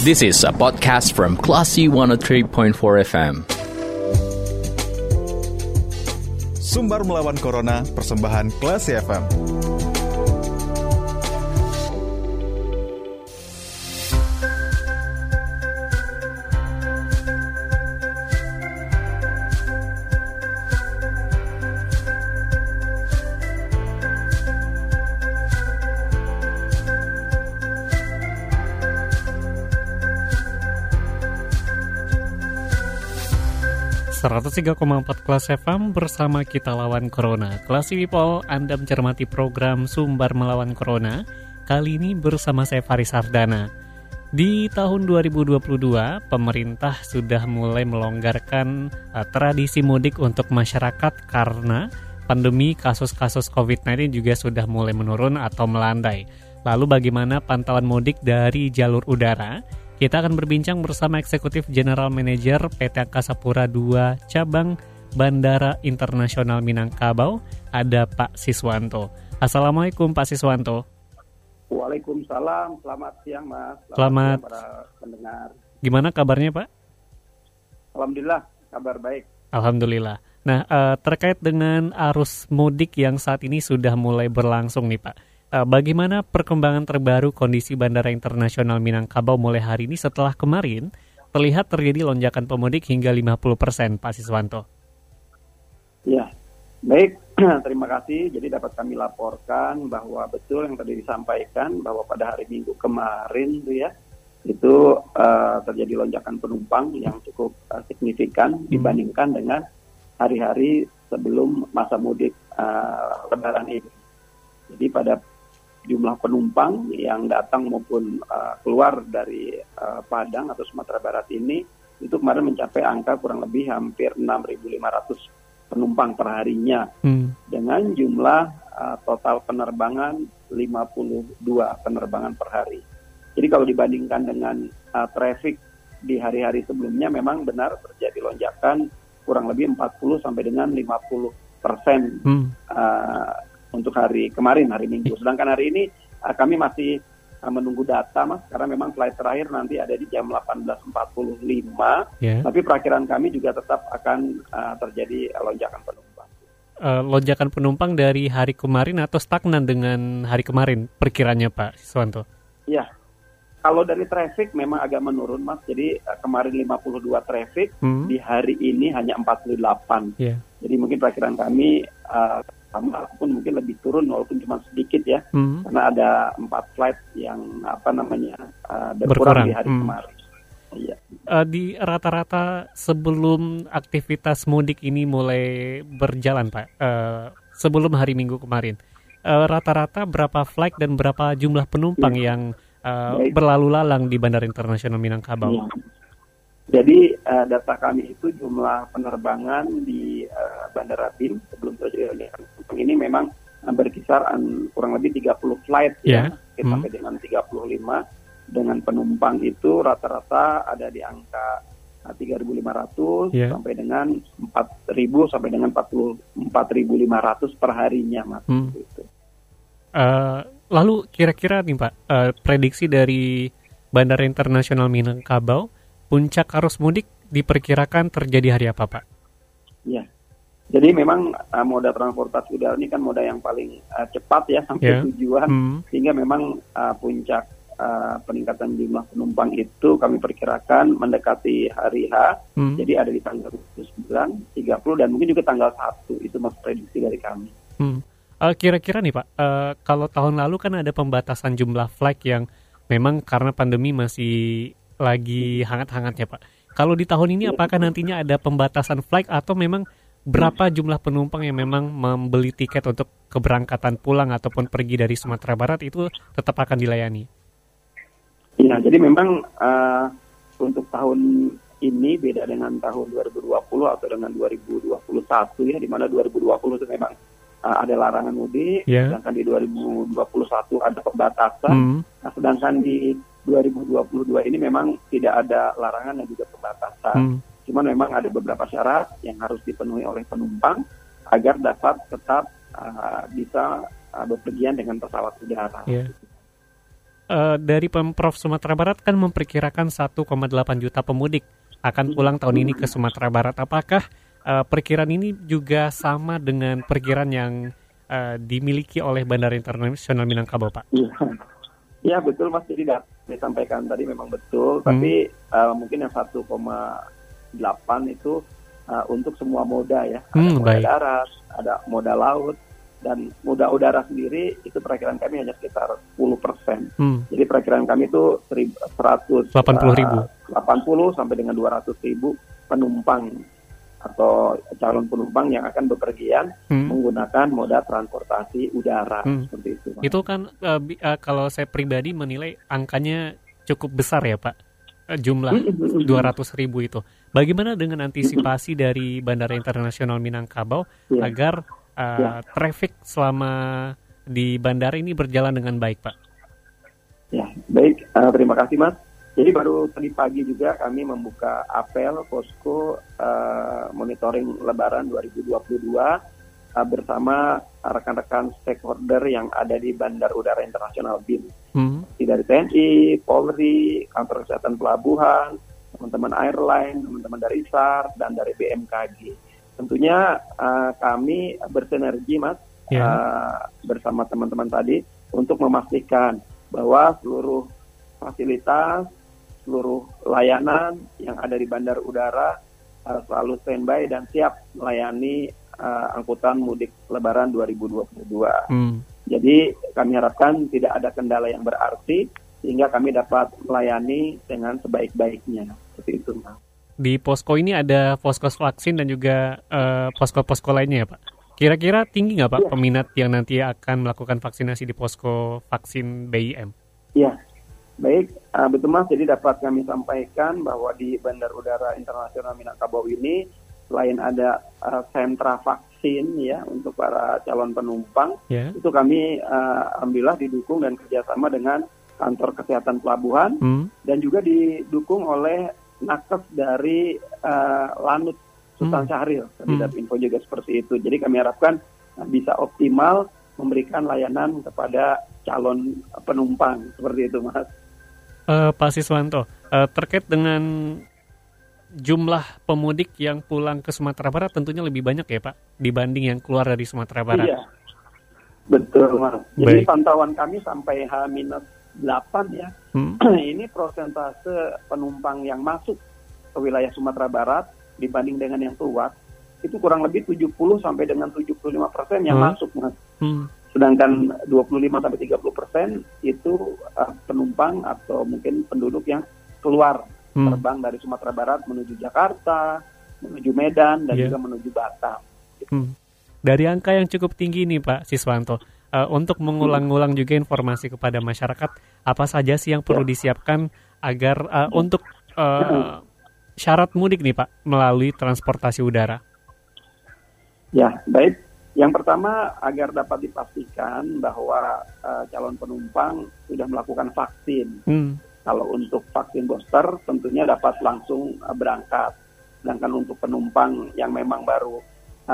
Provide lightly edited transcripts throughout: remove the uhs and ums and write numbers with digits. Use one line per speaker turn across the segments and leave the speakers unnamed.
This is a podcast from Classy 103.4 FM.
Sumbar melawan Corona, persembahan Classy FM.
.3,4 Kelas FM bersama kita lawan Corona. Classy People, Anda mencermati program Sumbar Melawan Corona. Kali ini bersama saya Faris Ardana. Di tahun 2022, pemerintah sudah mulai melonggarkan tradisi mudik untuk masyarakat karena pandemi kasus-kasus COVID-19 juga sudah mulai menurun atau melandai. Lalu bagaimana pantauan mudik dari jalur udara? Kita akan berbincang bersama Eksekutif General Manager PT Angkasa Pura II Cabang Bandara Internasional Minangkabau, ada Pak Siswanto. Assalamualaikum Pak Siswanto.
Waalaikumsalam, selamat siang Mas.
Selamat
siang para pendengar.
Gimana kabarnya Pak?
Alhamdulillah, kabar baik.
Alhamdulillah. Nah, terkait dengan arus mudik yang saat ini sudah mulai berlangsung nih Pak. Bagaimana perkembangan terbaru kondisi Bandara Internasional Minangkabau mulai hari ini setelah kemarin terlihat terjadi lonjakan pemudik hingga 50%, Pak Siswanto?
Ya, baik. Terima kasih. Jadi dapat kami laporkan bahwa betul yang tadi disampaikan bahwa pada hari Minggu kemarin itu terjadi lonjakan penumpang yang cukup signifikan dibandingkan dengan hari-hari sebelum masa mudik Lebaran ini. Jadi pada jumlah penumpang yang datang maupun keluar dari Padang atau Sumatera Barat ini itu kemarin mencapai angka kurang lebih hampir 6.500 penumpang per harinya dengan jumlah total penerbangan 52 penerbangan per hari. Jadi kalau dibandingkan dengan traffic di hari-hari sebelumnya memang benar terjadi lonjakan kurang lebih 40 sampai dengan 50% untuk hari kemarin, hari Minggu. Sedangkan hari ini kami masih menunggu data, Mas, karena memang flight terakhir nanti ada di jam 18.45. Tapi perakiraan kami juga tetap akan terjadi lonjakan penumpang.
Lonjakan penumpang dari hari kemarin atau stagnan dengan hari kemarin perkiranya Pak Siswanto?
Iya. Kalau dari traffic memang agak menurun, Mas. Jadi kemarin 52 traffic, di hari ini hanya 48. Jadi mungkin perakiraan kami sama ataupun mungkin lebih turun walaupun cuma sedikit ya, karena ada 4 flight yang berkurang di hari kemarin. Iya.
Di rata-rata sebelum aktivitas mudik ini mulai berjalan Pak, sebelum hari Minggu kemarin, rata-rata berapa flight dan berapa jumlah penumpang yang berlalu lalang di Bandara Internasional Minangkabau?
Iya. Jadi data kami itu jumlah penerbangan di Bandara BIM sebelum terjadi lonjakan penumpang ini memang berkisar kurang lebih 30 flight sampai dengan 35 dengan penumpang itu rata-rata ada di angka 3.500 sampai dengan 4.000 sampai dengan 4.500 per harinya, Mas. Gitu.
Lalu kira-kira nih Pak, prediksi dari Bandara Internasional Minangkabau, puncak arus mudik diperkirakan terjadi hari apa, Pak?
Ya, jadi memang moda transportasi udara ini kan moda yang paling cepat ya sampai tujuan, sehingga memang puncak peningkatan jumlah penumpang itu kami perkirakan mendekati hari H, jadi ada di tanggal 29, 30 dan mungkin juga tanggal 1, itu mas prediksi dari kami.
Kira-kira nih Pak, kalau tahun lalu kan ada pembatasan jumlah flight yang memang karena pandemi masih lagi hangat-hangatnya Pak. Kalau di tahun ini apakah nantinya ada pembatasan flight atau memang berapa jumlah penumpang yang memang membeli tiket untuk keberangkatan pulang ataupun pergi dari Sumatera Barat itu tetap akan dilayani?
Ya, jadi memang untuk tahun ini beda dengan tahun 2020 atau dengan 2021 ya, di mana 2020 itu memang ada larangan mudik, sedangkan di 2021 ada pembatasan. Nah, sedangkan di 2022 ini memang tidak ada larangan dan juga pembatasan. Cuman memang ada beberapa syarat yang harus dipenuhi oleh penumpang agar dapat tetap bisa bepergian dengan pesawat udara.
dari Pemprov Sumatera Barat kan memperkirakan 1,8 juta pemudik akan pulang tahun ini ke Sumatera Barat. Apakah perkiraan ini juga sama dengan perkiraan yang dimiliki oleh Bandara Internasional Minangkabau, Pak?
Ya betul Mas, jadi disampaikan tadi memang betul, tapi mungkin yang 1,8 itu untuk semua moda ya, ada moda darat, ada moda laut, dan moda udara sendiri itu perkiraan kami hanya sekitar 10%. Jadi perkiraan kami itu 180 sampai dengan 200 ribu penumpang atau calon penumpang yang akan bepergian menggunakan moda transportasi udara seperti itu. Pak.
Itu kan kalau saya pribadi menilai angkanya cukup besar ya Pak, jumlah 200 ribu itu. Bagaimana dengan antisipasi dari Bandara Internasional Minangkabau agar traffic selama di bandara ini berjalan dengan baik, Pak?
Ya, baik. Terima kasih, Mas. Jadi baru tadi pagi juga kami membuka apel posko monitoring Lebaran 2022 bersama rekan-rekan stakeholder yang ada di Bandar Udara Internasional BIM. Dari TNI, Polri, Kantor Kesehatan Pelabuhan, teman-teman airline, teman-teman dari SAR, dan dari BMKG. Tentunya kami bersinergi, Mas, bersama teman-teman tadi untuk memastikan bahwa seluruh fasilitas, seluruh layanan yang ada di bandar udara selalu standby dan siap melayani angkutan mudik Lebaran 2022. Jadi kami harapkan tidak ada kendala yang berarti sehingga kami dapat melayani dengan sebaik-baiknya. Seperti itu, Mas.
Di posko ini ada posko vaksin dan juga posko-posko lainnya ya Pak? Kira-kira tinggi nggak Pak peminat yang nanti akan melakukan vaksinasi di posko vaksin BIM?
Ya, baik. Betul Mas, jadi dapat kami sampaikan bahwa di Bandar Udara Internasional Minangkabau ini selain ada sentra vaksin ya untuk para calon penumpang, itu kami alhamdulillah didukung dan kerjasama dengan Kantor Kesehatan Pelabuhan dan juga didukung oleh nakes dari Lanut Sultan Syahril, Kandidat Info juga seperti itu. Jadi kami harapkan bisa optimal memberikan layanan kepada calon penumpang seperti itu, Mas.
Pak Siswanto, terkait dengan jumlah pemudik yang pulang ke Sumatera Barat tentunya lebih banyak ya Pak dibanding yang keluar dari Sumatera Barat.
Iya, betul Mas. Jadi pantauan kami sampai H-8 ya, ini persentase penumpang yang masuk ke wilayah Sumatera Barat dibanding dengan yang keluar itu kurang lebih 70 sampai dengan 75% yang masuk, Mas. Sedangkan 25 sampai 30% itu penumpang atau mungkin penduduk yang keluar terbang dari Sumatera Barat menuju Jakarta, menuju Medan dan juga menuju Batam.
Dari angka yang cukup tinggi nih Pak Siswanto, untuk mengulang-ulang juga informasi kepada masyarakat, apa saja sih yang perlu disiapkan agar untuk syarat mudik nih Pak melalui transportasi udara?
Ya, baik. Yang pertama agar dapat dipastikan bahwa calon penumpang sudah melakukan vaksin. Kalau untuk vaksin booster tentunya dapat langsung berangkat. Sedangkan untuk penumpang yang memang baru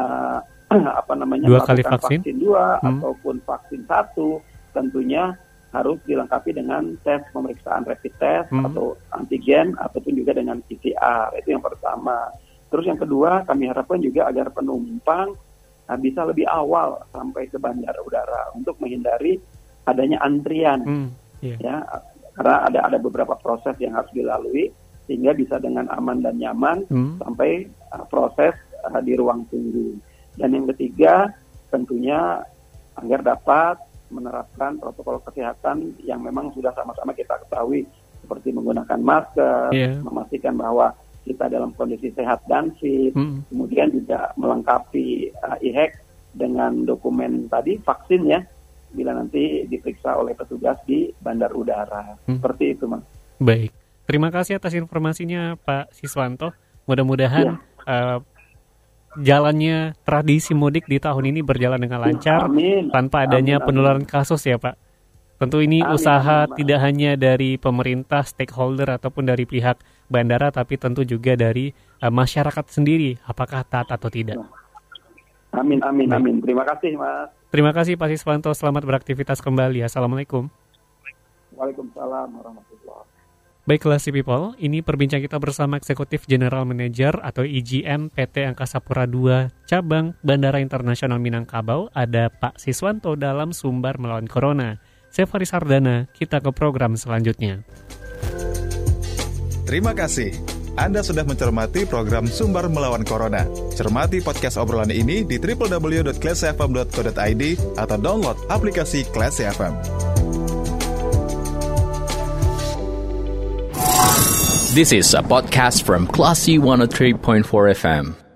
dua kali vaksin
2 ataupun vaksin 1 tentunya harus dilengkapi dengan tes pemeriksaan rapid test atau antigen ataupun juga dengan PCR. Itu yang pertama. Terus yang kedua kami harapkan juga agar penumpang bisa lebih awal sampai ke bandara udara untuk menghindari adanya antrian. Ya, karena ada beberapa proses yang harus dilalui sehingga bisa dengan aman dan nyaman sampai proses di ruang tunggu. Dan yang ketiga, tentunya agar dapat menerapkan protokol kesehatan yang memang sudah sama-sama kita ketahui, seperti menggunakan masker, memastikan bahwa kita dalam kondisi sehat dan fit, kemudian juga melengkapi e-hack dengan dokumen tadi, vaksin ya, bila nanti diperiksa oleh petugas di bandar udara. Seperti itu, Mas.
Baik, terima kasih atas informasinya Pak Siswanto. Mudah-mudahan jalannya tradisi mudik di tahun ini berjalan dengan lancar, tanpa adanya penularan kasus ya Pak. Tentu ini usaha tidak hanya dari pemerintah, stakeholder ataupun dari pihak bandara, tapi tentu juga dari masyarakat sendiri, apakah taat atau tidak.
Amin. Terima kasih, Mas.
Terima kasih Pak Siswanto, selamat beraktivitas kembali. Assalamualaikum.
Waalaikumsalam warahmatullahi wabarakatuh.
Baik, Classy People, ini perbincang kita bersama Eksekutif General Manager atau EGM PT Angkasa Pura II Cabang Bandara Internasional Minangkabau, ada Pak Siswanto dalam Sumbar Melawan Corona. Saya Faris Sardana, kita ke program selanjutnya.
Terima kasih. Anda sudah mencermati program Sumbar Melawan Corona. Cermati podcast obrolan ini di www.classifm.co.id atau download aplikasi Classy FM.
This is a podcast from Classy 103.4 FM.